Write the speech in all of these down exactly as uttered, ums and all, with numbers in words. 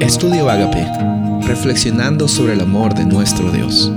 Estudio Ágape, reflexionando sobre el amor de nuestro Dios.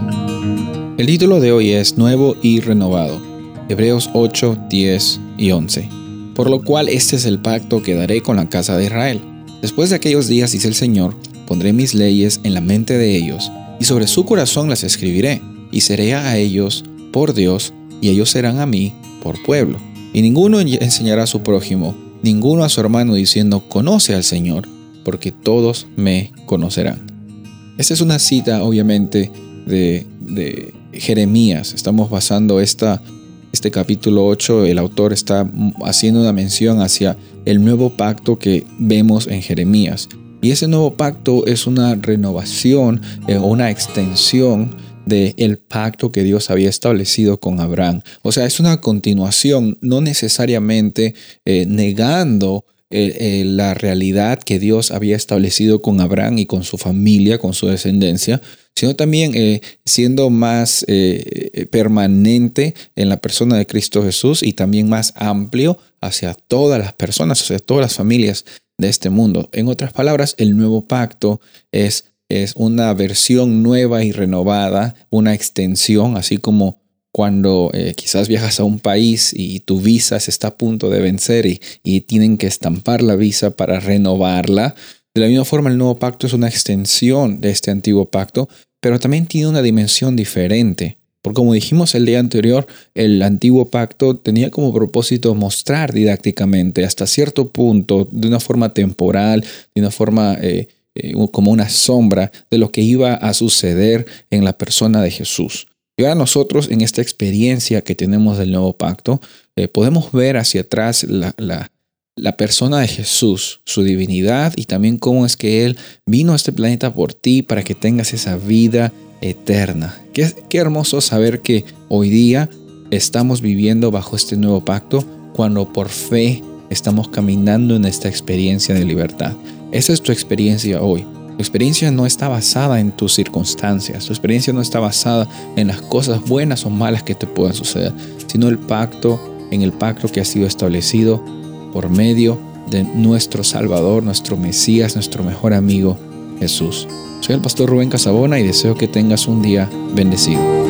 El título de hoy es Nuevo y Renovado, Hebreos ocho, diez y once. Por lo cual este es el pacto que daré con la casa de Israel. Después de aquellos días, dice el Señor, pondré mis leyes en la mente de ellos, y sobre su corazón las escribiré, y seré a ellos por Dios, y ellos serán a mí por pueblo. Y ninguno enseñará a su prójimo, ninguno a su hermano, diciendo, conoce al Señor, porque todos me conocerán. Esta es una cita, obviamente, de, de Jeremías. Estamos basando esta, este capítulo ocho, el autor está haciendo una mención hacia el nuevo pacto que vemos en Jeremías. Y ese nuevo pacto es una renovación o eh, una extensión del pacto que Dios había establecido con Abraham. O sea, es una continuación, no necesariamente eh, negando eh, eh, la realidad que Dios había establecido con Abraham y con su familia, con su descendencia, sino también eh, siendo más eh, permanente en la persona de Cristo Jesús y también más amplio hacia todas las personas, hacia todas las familias de este mundo. En otras palabras, el nuevo pacto es, es una versión nueva y renovada, una extensión, así como cuando eh, quizás viajas a un país y tu visa se está a punto de vencer y, y tienen que estampar la visa para renovarla. De la misma forma, el nuevo pacto es una extensión de este antiguo pacto, pero también tiene una dimensión diferente. Porque como dijimos el día anterior, el antiguo pacto tenía como propósito mostrar didácticamente hasta cierto punto, de una forma temporal, de una forma eh, eh, como una sombra de lo que iba a suceder en la persona de Jesús. Y ahora nosotros en esta experiencia que tenemos del nuevo pacto, eh, podemos ver hacia atrás la, la, la persona de Jesús, su divinidad y también cómo es que Él vino a este planeta por ti para que tengas esa vida eterna. Qué, qué hermoso saber que hoy día estamos viviendo bajo este nuevo pacto cuando por fe estamos caminando en esta experiencia de libertad. Esa es tu experiencia hoy. Tu experiencia no está basada en tus circunstancias. Tu experiencia no está basada en las cosas buenas o malas que te puedan suceder, sino el pacto, en el pacto que ha sido establecido por medio de nuestro Salvador, nuestro Mesías, nuestro mejor amigo, Jesús. Soy el pastor Rubén Casabona y deseo que tengas un día bendecido.